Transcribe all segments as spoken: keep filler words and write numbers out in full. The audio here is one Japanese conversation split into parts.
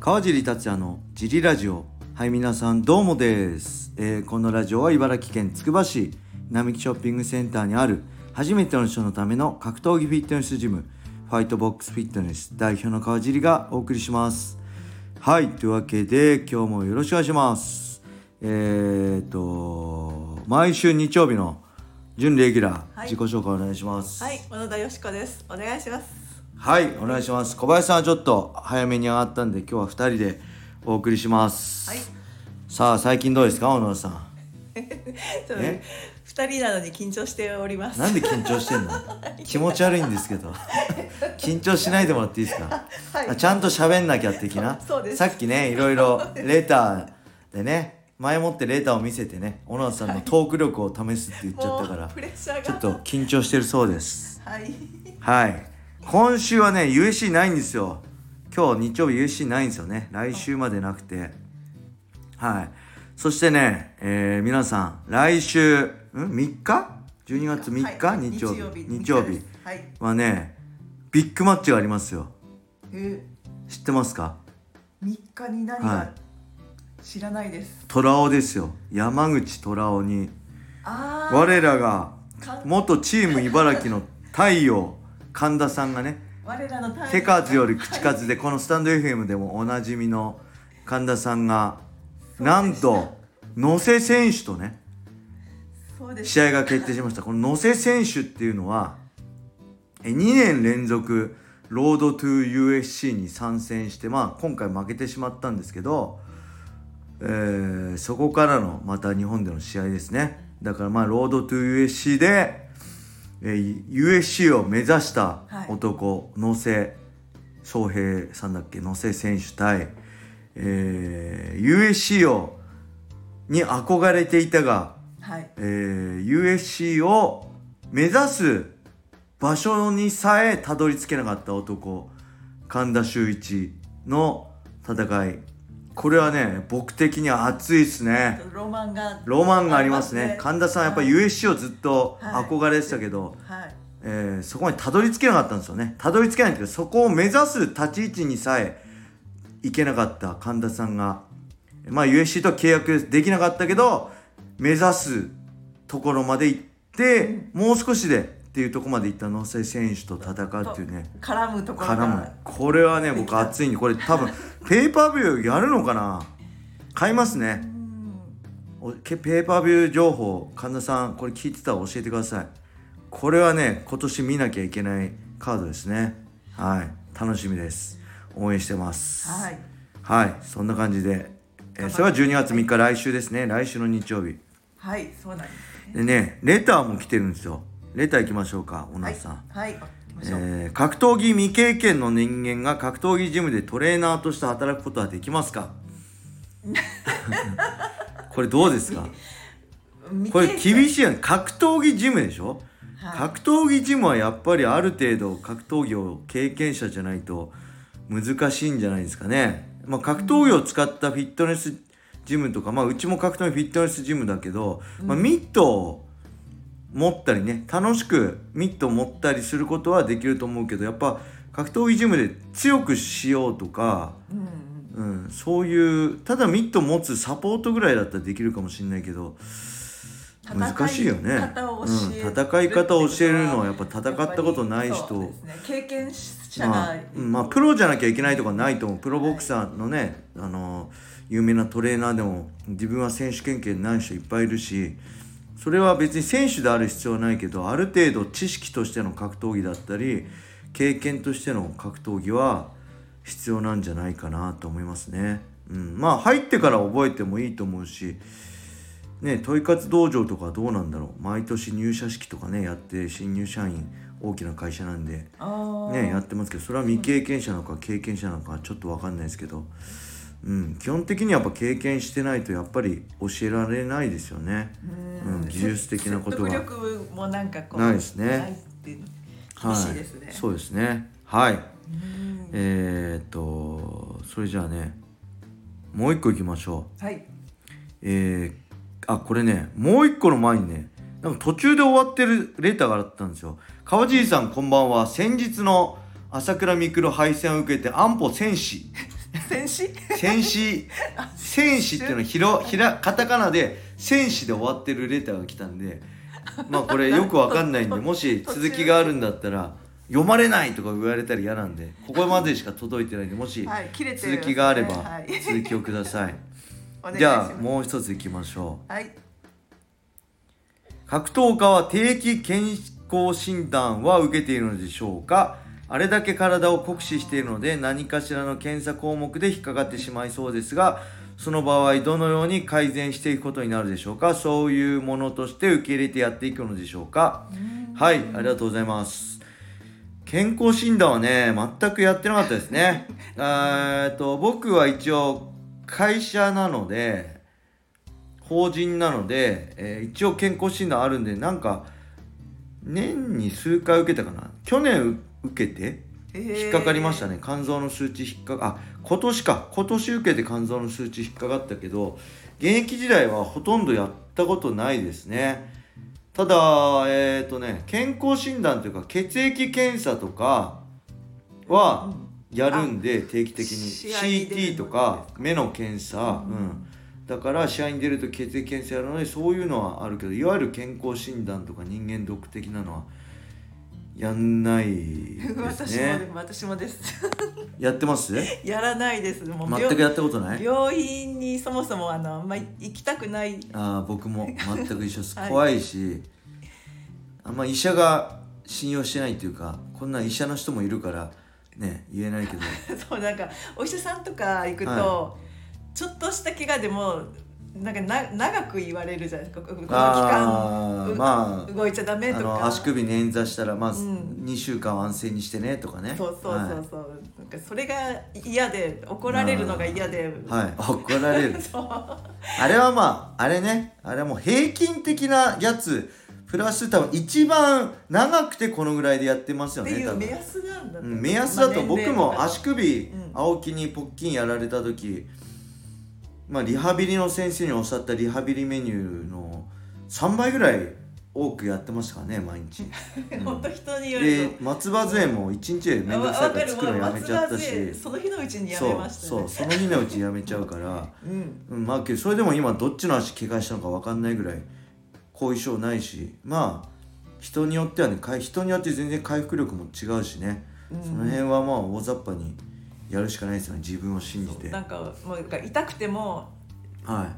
川尻達也のジリラジオ。はい、皆さんどうもです、えー、このラジオは茨城県つくば市並木ショッピングセンターにある初めての人のための格闘技フィットネスジム、ファイトボックスフィットネス代表の川尻がお送りします。はい、というわけで今日もよろしくお願いします。えーと毎週日曜日の準レギュラー、はい、自己紹介お願いします。 はい、小野田よしこです。お願いします。 はい、お願いします。小林さんはちょっと早めに上がったんで今日はふたりでお送りします。はい。さあ最近どうですか小野田さん。 えふたりなのに緊張しております。 なんで緊張してんの気持ち悪いんですけど緊張しないでもらっていいですか、はい、ちゃんと喋んなきゃ的な。 そうです。 さっきねいろいろレターでね前もってレターを見せてね小野田さんのトーク力を試すって言っちゃったから、はい、ちょっと緊張してるそうです。 はいはい、今週はね ユーエスシー ないんですよ。今日日曜日 ユーエスシー ないんですよね。来週までなくて、はい。そしてね、えー、皆さん来週んみっかじゅうにがつみっか、はい、日曜日日曜日はねビッグマッチがありますよ。 えー、知ってますか？ みっかに何が、はい、知らないです。 虎尾ですよ。山口虎尾にあ我らが元チーム茨城の太陽神田さんがね、 我らの手数より口数でこのスタンド エフエム でもおなじみの神田さんがなんと野瀬選手とね試合が決定しました。この野瀬選手っていうのはにねん連続ロードトゥ ユーエフシー に参戦して、まあ今回負けてしまったんですけど、えー、そこからのまた日本での試合ですね。だからまあロードトゥ ユーエフシー でえー、ユーエフシー を目指した男、はい、野瀬翔平さんだっけ野瀬選手対、えー、ユーエフシー をに憧れていたが、はいえー、ユーエフシー を目指す場所にさえたどり着けなかった男神田修一の戦い。これはね僕的には熱いですね。 ロマンがロマンがありますね。神田さんやっぱり ユーエフシー をずっと憧れてたけど、はいはいえー、そこまでたどり着けなかったんですよね。たどり着けないけどそこを目指す立ち位置にさえいけなかった神田さんが、まあ ユーエフシー と契約できなかったけど目指すところまで行って、うん、もう少しでっていうところまで行った野瀬選手と戦うっていうね絡むところが絡む。これはね僕熱いんでこれ多分ペーパービューやるのかな。買いますね。ペーパービュー情報神田さんこれ聞いてたら教えてください。これはね今年見なきゃいけないカードですね。はい楽しみです。応援してます。はい、はい、そんな感じで、えー、それはじゅうにがつみっか、はい、来週ですね。来週の日曜日。 はいそうなんですね。 でねレターも来てるんですよ。レター行きましょうか小野さん。 はい、はいえー、格闘技未経験の人間が格闘技ジムでトレーナーとして働くことはできますかこれどうですかこれ厳しいよね。格闘技ジムでしょ、はい、格闘技ジムはやっぱりある程度格闘技を経験者じゃないと難しいんじゃないですかね。まあ、格闘技を使ったフィットネスジムとか、まあ、うちも格闘技フィットネスジムだけど、まあ、ミットを持ったりね楽しくミットを持ったりすることはできると思うけどやっぱ格闘技ジムで強くしようとか、うんうん、そういうただミットを持つサポートぐらいだったらできるかもしれないけど難しいよね。 戦い方を教える、 うん、戦い方を教えるのはやっぱ戦ったことない人、 ね、経験者が、 まあまあ、プロじゃなきゃいけないとかないと思う。プロボクサーのね、はい、あの有名なトレーナーでも自分は選手経験ない人いっぱいいるしそれは別に選手である必要はないけどある程度知識としての格闘技だったり経験としての格闘技は必要なんじゃないかなと思いますね。うん、まあ入ってから覚えてもいいと思うしね、トイ活道場とかどうなんだろう。毎年入社式とかねやって新入社員大きな会社なんでねやってますけどそれは未経験者なのか経験者なのかちょっと分かんないですけど、うん、基本的にやっぱ経験してないとやっぱり教えられないですよね。うん、技術的なことは説得力もなんかこうないですね。 ないって厳しいですね。 はい、そうですね。はい。えー、っとそれじゃあねもう一個いきましょう。はい。えーあこれねもう一個の前にねなんか途中で終わってるレターがあったんですよ。川尻さんこんばんは。先日の朝倉未来敗戦を受けて安保戦士戦士戦士戦士っていうのはひろひらカタカナで戦士で終わってるレターが来たんで、まあこれよくわかんないんで、もし続きがあるんだったら読まれないとか言われたら嫌なんで、ここまでしか届いてないんで、もし続きがあれば続きをください。じゃあもう一ついきましょう。 はい。 格闘家は定期健康診断は受けているのでしょうか。あれだけ体を酷使しているので何かしらの検査項目で引っかかってしまいそうですが、その場合どのように改善していくことになるでしょうか。そういうものとして受け入れてやっていくのでしょうか。はい、ありがとうございます。健康診断はね全くやってなかったですね。えっと僕は一応会社なので、法人なので、えー、一応健康診断あるんで、なんか年に数回受けたかな。去年受けて引っかかりましたね。肝臓の数値引っかかあ今年か今年受けて肝臓の数値引っかかったけど、現役時代はほとんどやったことないですね。ただえっとね健康診断というか血液検査とかはやるんで、定期的に シーティー とか目の検査、うん、だから試合に出ると血液検査やるので、そういうのはあるけど、いわゆる健康診断とか人間ドック的なのはやんないですね。 私もですやってます？ やらないです。もう全くやったことない？ 病院にそもそもあの、まあ、行きたくない。 あ僕も全く一緒です、はい、怖いし、あんま医者が信用してないっていうか、こんな医者の人もいるからね言えないけどそうなんかお医者さんとか行くと、はい、ちょっとした怪我でもなんかな長く言われるじゃないですか。この期間、まあ、動いちゃダメとか、あの足首捻挫したらまずにしゅうかん安静にしてねとかね。 そうそうそうそう、はい、なんかそれが嫌で、怒られるのが嫌で、 はい怒られるあれはまああれね、あれはもう平均的なやつプラス多分一番長くてこのぐらいでやってますよね。 っていう目安なんだ、 うん、目安だと。僕も足首、うん、青木にポッキンやられた時、まあ、リハビリの先生におっしゃったリハビリメニューのさんばいぐらい多くやってましたからね毎日本当人によると。 で松葉杖もいちにちでめんどくさいから作るのやめちゃったし、 その日のうちにやめましたね。 そうそうその日のうちにやめちゃうから、うんうん、まあけどそれでも今どっちの足怪我したのか分かんないぐらい後遺症ないし、まあ人によってはね、人によって全然回復力も違うしね、うん、その辺はまあ大雑把にやるしかないですよね、自分を信じて。 なんかもう痛くても、はい、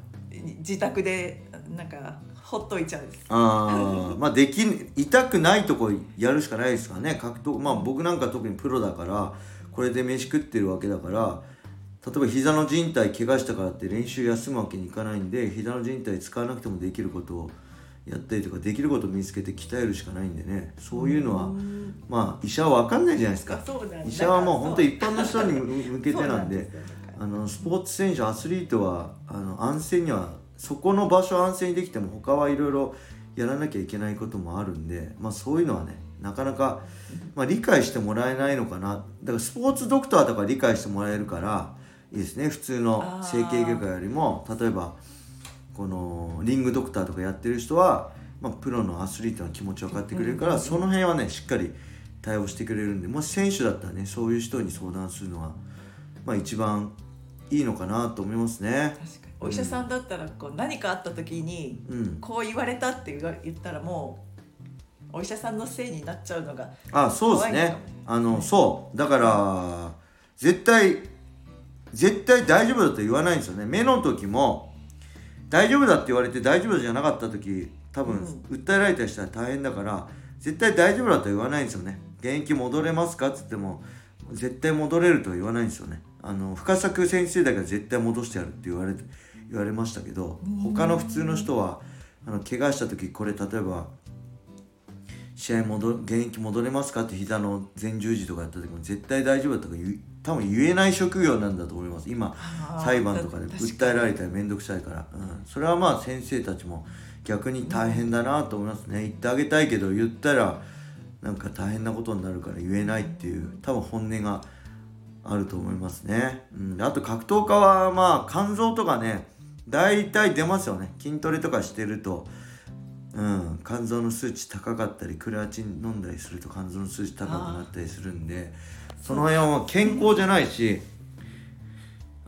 自宅でなんかほっといちゃうです。 あまあでき痛くないとこやるしかないですからね、格闘。まあ僕なんか特にプロだからこれで飯食ってるわけだから、例えば膝の靭帯怪我したからって練習休むわけにいかないんで、膝の靭帯使わなくてもできることをやったりとか、できることを見つけて鍛えるしかないんでね、そういうのはまあ医者は分かんないじゃないですか。医者はもう本当一般の人に向けてなんで、あのスポーツ選手アスリートはあの安静には、そこの場所安静にできても他はいろいろやらなきゃいけないこともあるんで、まあそういうのはねなかなか、まあ、理解してもらえないのかな。だからスポーツドクターとか理解してもらえるからいいですね。普通の整形外科よりも、例えばこのリングドクターとかやってる人は、まあ、プロのアスリートの気持ち分かってくれるから、その辺はねしっかり対応してくれるんで、もし選手だったらねそういう人に相談するのは、まあ、一番いいのかなと思いますね。 確かにお医者さんだったらこう何かあった時に、うん、こう言われたって言ったらもうお医者さんのせいになっちゃうのが怖い。あ、そうですね。あの、そうだから絶対絶対大丈夫だと言わないんですよね。目の時も大丈夫だって言われて大丈夫じゃなかった時、多分、うん、訴えられた人は大変だから、絶対大丈夫だと言わないんですよね。現役戻れますかって言っても絶対戻れるとは言わないんですよね。あの深作先生だから絶対戻してやるって言われて言われましたけど、他の普通の人はあの怪我した時、これ例えば試合戻現役戻れますかって膝の前十字とかやった時も絶対大丈夫だとか言多分言えない職業なんだと思います。今裁判とかで訴えられたら面倒くさいから、うん、それはまあ先生たちも逆に大変だなと思いますね。言ってあげたいけど言ったらなんか大変なことになるから言えないっていう多分本音があると思いますね。うん、あと格闘家はまあ肝臓とかね大体出ますよね。筋トレとかしてると、うん、肝臓の数値高かったり、クレアチン飲んだりすると肝臓の数値高くなったりするんで、その辺は健康じゃないし、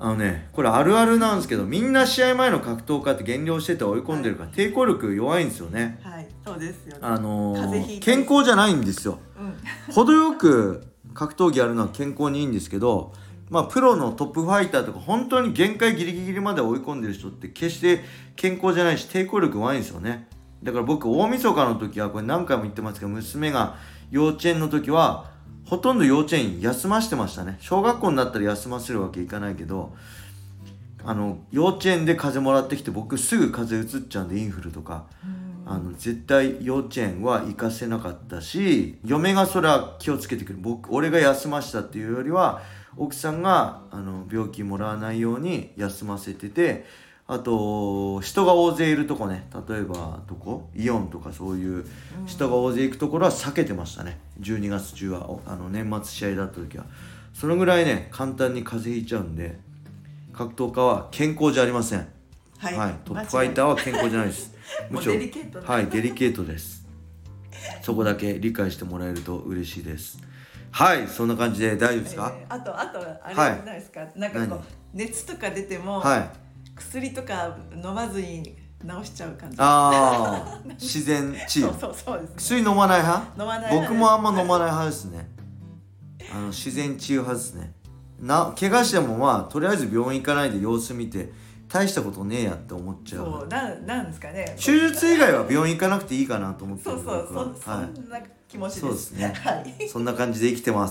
あのねこれあるあるなんですけど、みんな試合前の格闘家って減量してて追い込んでるから、はい、抵抗力弱いんですよね。 はいそうですよね。 あのー、 風邪ひいた健康じゃないんですよ、 うん、 程よく格闘技やるのは健康にいいんですけど、まあプロのトップファイターとか本当に限界ギリギリまで追い込んでる人って決して健康じゃないし抵抗力弱いんですよね。だから僕大晦日の時はこれ何回も言ってますけど、娘が幼稚園の時はほとんど幼稚園休ましてましたね。小学校になったら休ませるわけいかないけど、あの幼稚園で風邪もらってきて、僕すぐ風邪うつっちゃうんで、インフルとか、あの絶対幼稚園は行かせなかったし、嫁がそれは気をつけてくる。僕俺が休ましたっていうよりは奥さんがあの病気もらわないように休ませてて、あと人が大勢いるとこね、例えばどこイオンとかそういう人が大勢行くところは避けてましたね。じゅうにがつ中はあの年末試合だった時はそのぐらいね簡単に風邪ひいちゃうんで、格闘家は健康じゃありません。はい、はい、トップファイターは健康じゃないですむしろデリケートな、 はいデリケートです。そこだけ理解してもらえると嬉しいです。はい、そんな感じで大丈夫ですか？ えー、あとあとあれじゃないですか、はい、なんかこう熱とか出ても、はい、薬とか飲まずに治しちゃう感じ。 ああ自然治癒。 そうそうそうです、ね、 薬飲まない派？ 飲まない派。 僕もあんま飲まない派ですね。あの自然治癒派ですね。な怪我してもまあとりあえず病院行かないで様子見て大したことねえやって思っちゃう。 そうななんですかね。 手術以外は病院行かなくていいかなと思ってる。 そうそうそ、はい、そんな気持ちです。 そうですね。 はい。 そんな感じで生きてます。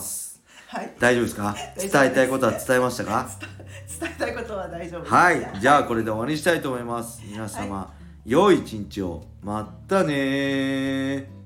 はい。 大丈夫ですか？伝えたいことは伝えましたか？ 伝えたいことは大丈夫です。 はい。じゃあこれで終わりにしたいと思います。皆様、はい、良い一日を。またねー。